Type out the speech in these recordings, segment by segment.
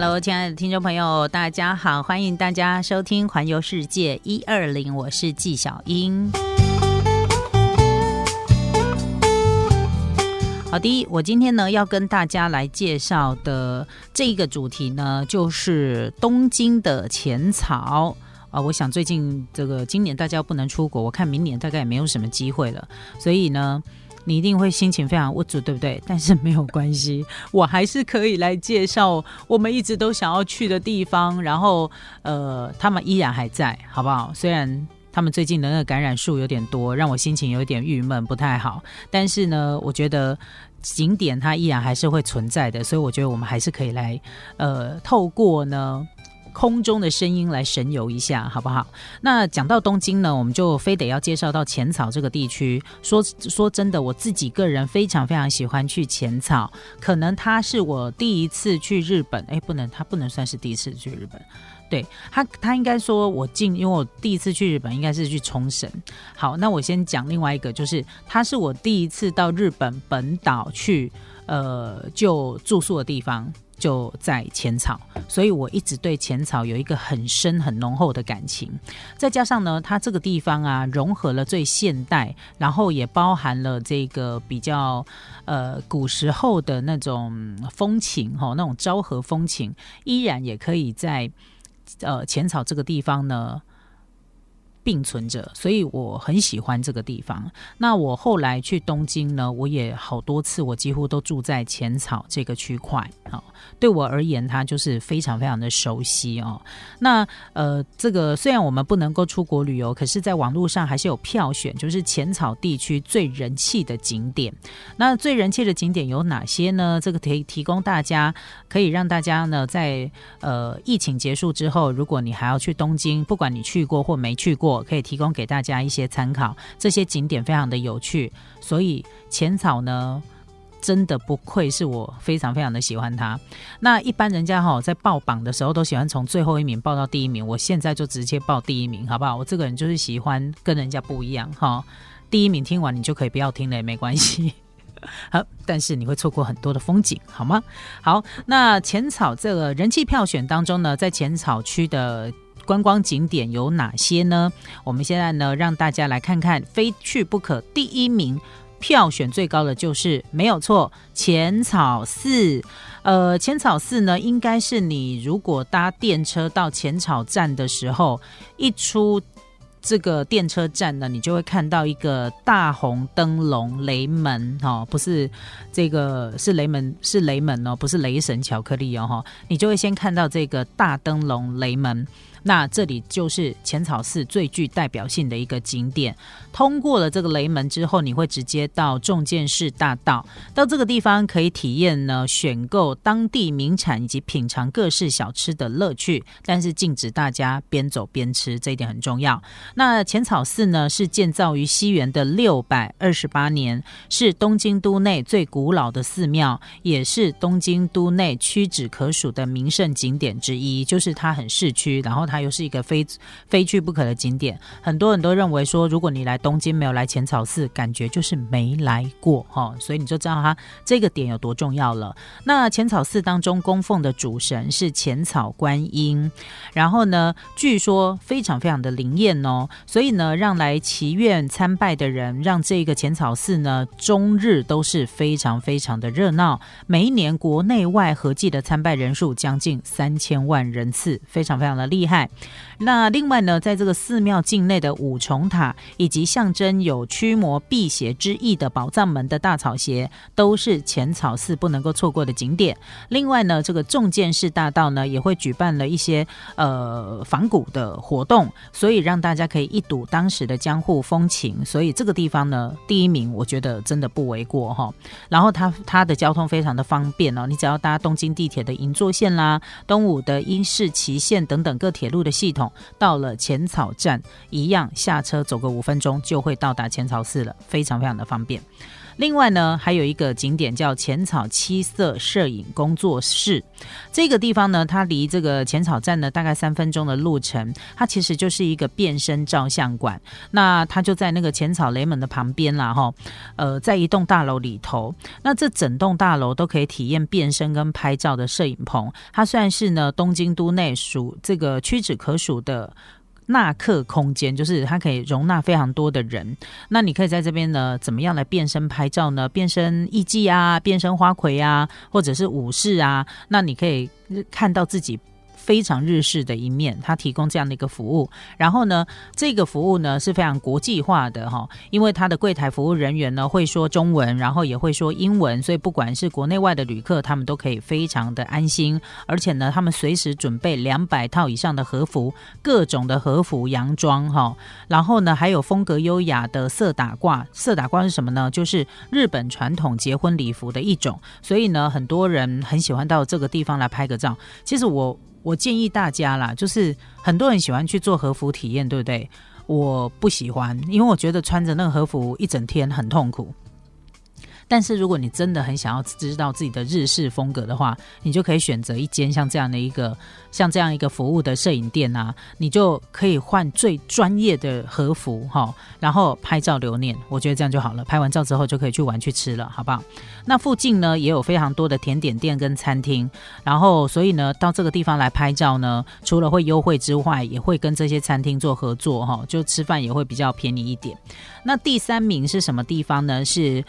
Hello， 亲爱的听众朋友，大家好，欢迎大家收听环游世界120，我是纪晓英。好的，我今天呢要跟大家来介绍的这个主题呢，就是东京的浅草。我想最近今年大家不能出国，我看明年大概也没有什么机会了，所以呢你一定会心情非常无助，对不对？但是没有关系，我还是可以来介绍我们一直都想要去的地方，然后他们依然还在，好不好？虽然他们最近的那个感染数有点多，让我心情有点郁闷，不太好，但是呢我觉得景点它依然还是会存在的，所以我觉得我们还是可以来透过呢空中的声音来神游一下，好不好？那讲到东京呢，我们就非得要介绍到浅草这个地区。说真的，我自己个人非常非常喜欢去浅草，可能它是我第一次去日本，它不能算是第一次去日本。对，他应该说因为我第一次去日本应该是去冲绳。好，那我先讲另外一个，就是它是我第一次到日本本岛去就住宿的地方就在浅草，所以我一直对浅草有一个很深很浓厚的感情。再加上呢，它这个地方啊，融合了最现代，然后也包含了这个比较古时候的那种风情，那种昭和风情，依然也可以在浅草这个地方呢并存着，所以我很喜欢这个地方。那我后来去东京呢，我也好多次，我几乎都住在浅草这个区块。对我而言，它就是非常非常的熟悉哦。那这个虽然我们不能够出国旅游，可是在网络上还是有票选，就是浅草地区最人气的景点。那最人气的景点有哪些呢？这个提供大家，可以让大家呢在疫情结束之后，如果你还要去东京，不管你去过或没去过，可以提供给大家一些参考。这些景点非常的有趣，所以浅草呢真的不愧是我非常非常的喜欢它。那一般人家在报榜的时候都喜欢从最后一名报到第一名，我现在就直接报第一名，好不好？我这个人就是喜欢跟人家不一样。第一名听完你就可以不要听了也没关系好，但是你会错过很多的风景，好吗？好，那浅草这个人气票选当中呢，在浅草区的观光景点有哪些呢？我们现在呢让大家来看看非去不可第一名票选最高的就是没有错，浅草寺。浅草寺呢，应该是你如果搭电车到浅草站的时候，一出这个电车站呢，你就会看到一个大红灯笼雷门不是这个是雷门哦，不是雷神巧克力哦，你就会先看到这个大灯笼雷门。那这里就是浅草寺最具代表性的一个景点。通过了这个雷门之后，你会直接到重建市大道，到这个地方可以体验呢选购当地名产以及品尝各式小吃的乐趣，但是禁止大家边走边吃，这一点很重要。那浅草寺呢是建造于西元的628年，是东京都内最古老的寺庙，也是东京都内屈指可数的名胜景点之一。就是它很市区，然后它又是一个非去不可的景点。很多人都认为说，如果你来东京没有来浅草寺，感觉就是没来过所以你就知道它这个点有多重要了。那浅草寺当中供奉的主神是浅草观音，然后呢据说非常非常的灵验哦，所以呢让来祈愿参拜的人，让这个浅草寺呢终日都是非常非常的热闹。每一年国内外合计的参拜人数将近3000万人次，非常非常的厉害。那另外呢，在这个寺庙境内的五重塔，以及象征有驱魔辟邪之意的宝藏门的大草鞋，都是浅草寺不能够错过的景点。另外呢，这个重建市大道呢，也会举办了一些仿古的活动，所以让大家可以一睹当时的江户风情。所以这个地方呢，第一名我觉得真的不为过然后它的交通非常的方便你只要搭东京地铁的银座线啦、东武的伊势崎线等等各铁路的系统，到了浅草站一样下车走个5分钟就会到达浅草寺了，非常非常的方便。 另外呢，还有一个景点叫浅草七色摄影工作室，这个地方呢，它离这个浅草站呢大概3分钟的路程，它其实就是一个变身照相馆。那它就在那个浅草雷门的旁边啦，在一栋大楼里头。那这整栋大楼都可以体验变身跟拍照的摄影棚，它算是呢东京都内属这个屈指可数的纳客空间，就是它可以容纳非常多的人。那你可以在这边呢怎么样来变身拍照呢？变身艺伎啊，变身花魁啊，或者是武士啊，那你可以看到自己非常日式的一面，它提供这样的一个服务。然后呢，这个服务呢是非常国际化的因为它的柜台服务人员呢会说中文，然后也会说英文，所以不管是国内外的旅客，他们都可以非常的安心。而且呢，他们随时准备200套以上的和服，各种的和服洋装然后呢，还有风格优雅的色打褂。色打褂是什么呢？就是日本传统结婚礼服的一种。所以呢，很多人很喜欢到这个地方来拍个照。其实我建议大家啦，就是很多人喜欢去做和服体验，对不对？我不喜欢，因为我觉得穿着那个和服一整天很痛苦。但是如果你真的很想要知道自己的日式风格的话，你就可以选择一间像这样一个服务的摄影店啊，你就可以换最专业的和服然后拍照留念，我觉得这样就好了。拍完照之后就可以去玩去吃了，好不好？那附近呢也有非常多的甜点店跟餐厅，然后所以呢到这个地方来拍照呢，除了会优惠之外，也会跟这些餐厅做合作就吃饭也会比较便宜一点。那第3名是什么地方呢？是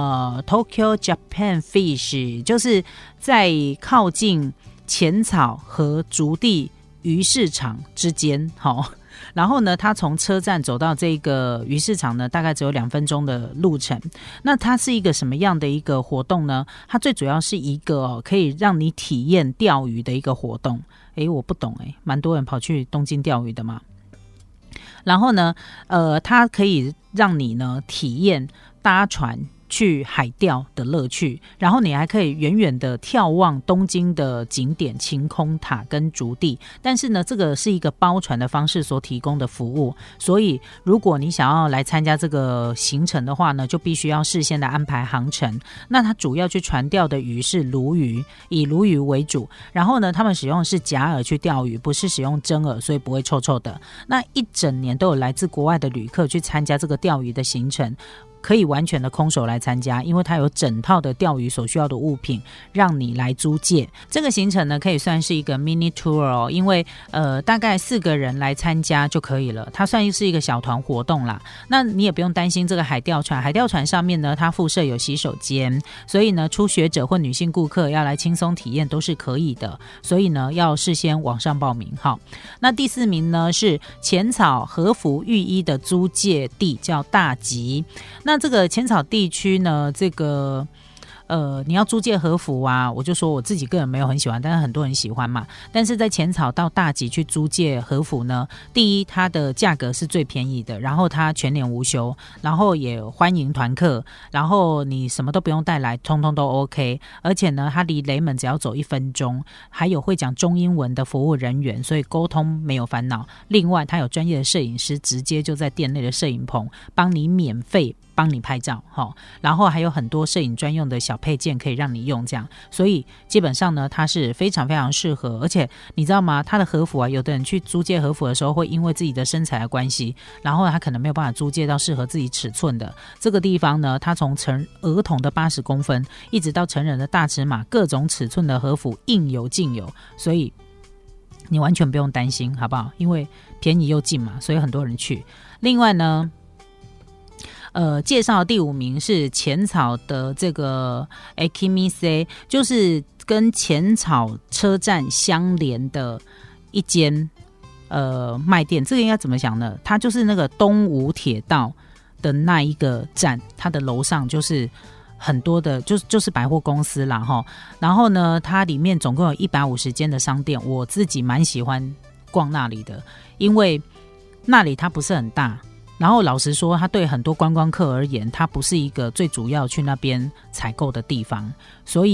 Tokyo Japan Fish， 就是在靠近浅草和竹地鱼市场之间然后呢，它从车站走到这个鱼市场呢，大概只有2分钟的路程。那它是一个什么样的一个活动呢？它最主要是一个可以让你体验钓鱼的一个活动。我不懂蛮多人跑去东京钓鱼的嘛。然后呢，它可以让你呢体验搭船去海钓的乐趣，然后你还可以远远的眺望东京的景点晴空塔跟竹地。但是呢，这个是一个包船的方式所提供的服务，所以如果你想要来参加这个行程的话呢，就必须要事先的安排航程。那它主要去传钓的鱼是鲈鱼，以鲈鱼为主。然后呢，他们使用的是假饵去钓鱼，不是使用真饵，所以不会臭臭的。那一整年都有来自国外的旅客去参加这个钓鱼的行程，可以完全的空手来参加，因为它有整套的钓鱼所需要的物品让你来租借。这个行程呢可以算是一个 mini tour因为大概4个人来参加就可以了，它算是一个小团活动啦。那你也不用担心这个海钓船上面呢它附设有洗手间，所以呢初学者或女性顾客要来轻松体验都是可以的，所以呢要事先网上报名。好，那第4名呢是浅草和服浴衣的租借地，叫大吉。那这个浅草地区呢，这个你要租借和服啊，我就说我自己个人没有很喜欢，但是很多人喜欢嘛。但是在浅草到大吉去租借和服呢，第一它的价格是最便宜的，然后它全年无休，然后也欢迎团客，然后你什么都不用带来，通通都 OK。而且呢，它离雷门只要走1分钟，还有会讲中英文的服务人员，所以沟通没有烦恼。另外，它有专业的摄影师，直接就在店内的摄影棚帮你免费帮你拍照然后还有很多摄影专用的小配件可以让你用，这样，所以基本上呢它是非常非常适合。而且你知道吗，它的和服啊，有的人去租借和服的时候会因为自己的身材的关系，然后他可能没有办法租借到适合自己尺寸的。这个地方呢，它从儿童的80公分一直到成人的大尺码，各种尺寸的和服应有尽有，所以你完全不用担心，好不好？因为便宜又近嘛，所以很多人去。另外呢介绍的第5名是浅草的这个 Ekimise， 就是跟浅草车站相连的一间卖店。这个应该怎么讲呢？它就是那个东武铁道的那一个站，它的楼上就是很多的就是百货公司啦然后呢，它里面总共有150间的商店，我自己蛮喜欢逛那里的，因为那里它不是很大。然后老实说，它对很多观光客而言，它不是一个最主要去那边采购的地方，所以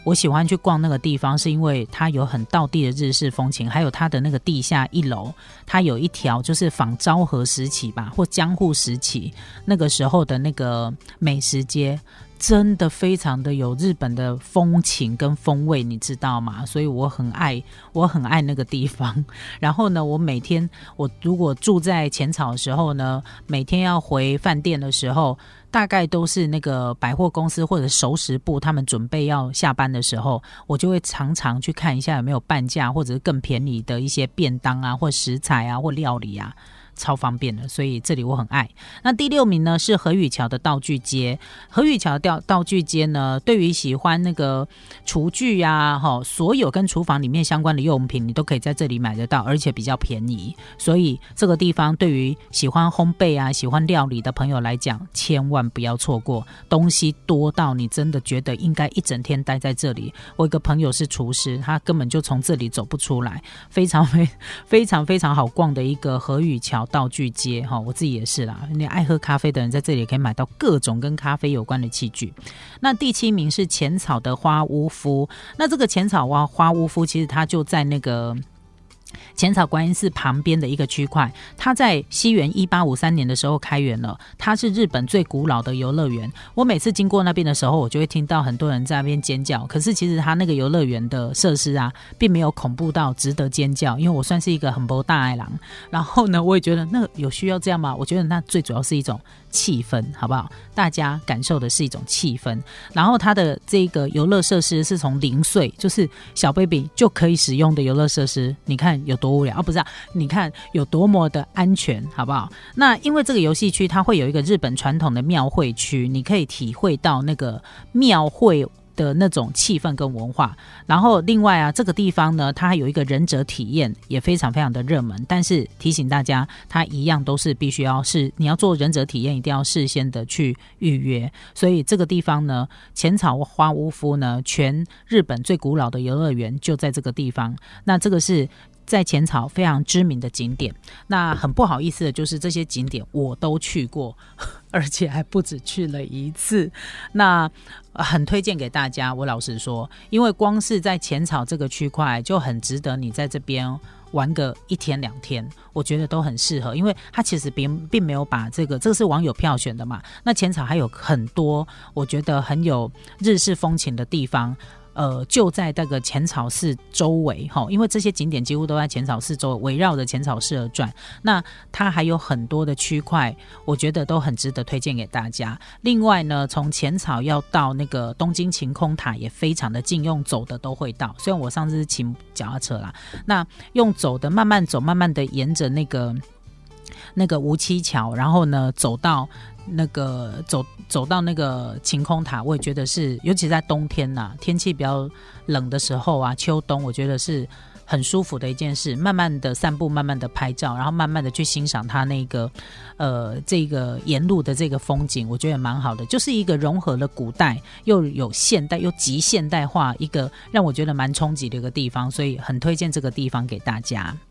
我喜欢去逛那个地方，是因为它有很道地的日式风情，还有它的那个地下一楼，它有一条就是仿昭和时期吧，或江户时期那个时候的那个美食街，真的非常的有日本的风情跟风味，你知道吗？所以我很爱那个地方。然后呢，我如果住在浅草的时候呢，每天要回饭店的时候，大概都是那个百货公司或者熟食部他们准备要下班的时候，我就会常常去看一下有没有半价或者是更便宜的一些便当啊，或食材啊，或料理啊，超方便的，所以这里我很爱。那第6名呢是河宇桥的道具街。河宇桥的道具街呢，对于喜欢那个厨具啊，所有跟厨房里面相关的用品你都可以在这里买得到，而且比较便宜，所以这个地方对于喜欢烘焙啊喜欢料理的朋友来讲，千万不要错过，东西多到你真的觉得应该一整天待在这里。我有一个朋友是厨师，他根本就从这里走不出来，非常非常好逛的一个河宇桥道具街。我自己也是啦，你爱喝咖啡的人在这里也可以买到各种跟咖啡有关的器具。那第7名是浅草的花屋夫。那这个浅草花屋夫其实它就在那个浅草观音寺旁边的一个区块，它在西元1853年的时候开园了，它是日本最古老的游乐园。我每次经过那边的时候，我就会听到很多人在那边尖叫，可是其实它那个游乐园的设施啊，并没有恐怖到值得尖叫，因为我算是一个很不大爱狼，然后呢我也觉得那有需要这样吗？我觉得那最主要是一种气氛，好不好？大家感受的是一种气氛。然后它的这个游乐设施是从0岁，就是小 baby 就可以使用的游乐设施，你看有多无聊啊？不是啊，你看有多么的安全，好不好？那因为这个游戏区它会有一个日本传统的庙会区，你可以体会到那个庙会的那种气氛跟文化。然后另外啊，这个地方呢，它还有一个忍者体验，也非常非常的热门。但是提醒大家，它一样都是必须要是你要做忍者体验，一定要事先的去预约。所以这个地方呢，浅草花屋夫呢，全日本最古老的游乐园就在这个地方。那这个是在浅草非常知名的景点。那很不好意思的就是这些景点我都去过，而且还不止去了1次。那很推荐给大家，我老实说，因为光是在浅草这个区块就很值得你在这边玩个1天2天，我觉得都很适合。因为它其实并没有把这个是网友票选的嘛，那浅草还有很多我觉得很有日式风情的地方，就在那个浅草寺周围，因为这些景点几乎都在浅草寺周围，围绕着浅草寺而转。那它还有很多的区块，我觉得都很值得推荐给大家。另外呢，从浅草要到那个东京晴空塔也非常的近，用走的都会到。虽然我上次是骑脚踏车啦，那用走的慢慢走，慢慢的沿着那个无期桥，然后呢走到那个走到那个晴空塔，我也觉得是，尤其在冬天啊，天气比较冷的时候啊，秋冬，我觉得是很舒服的一件事。慢慢的散步，慢慢的拍照，然后慢慢的去欣赏它那个这个沿路的这个风景，我觉得蛮好的，就是一个融合了古代又有现代又极现代化，一个让我觉得蛮冲击的一个地方，所以很推荐这个地方给大家。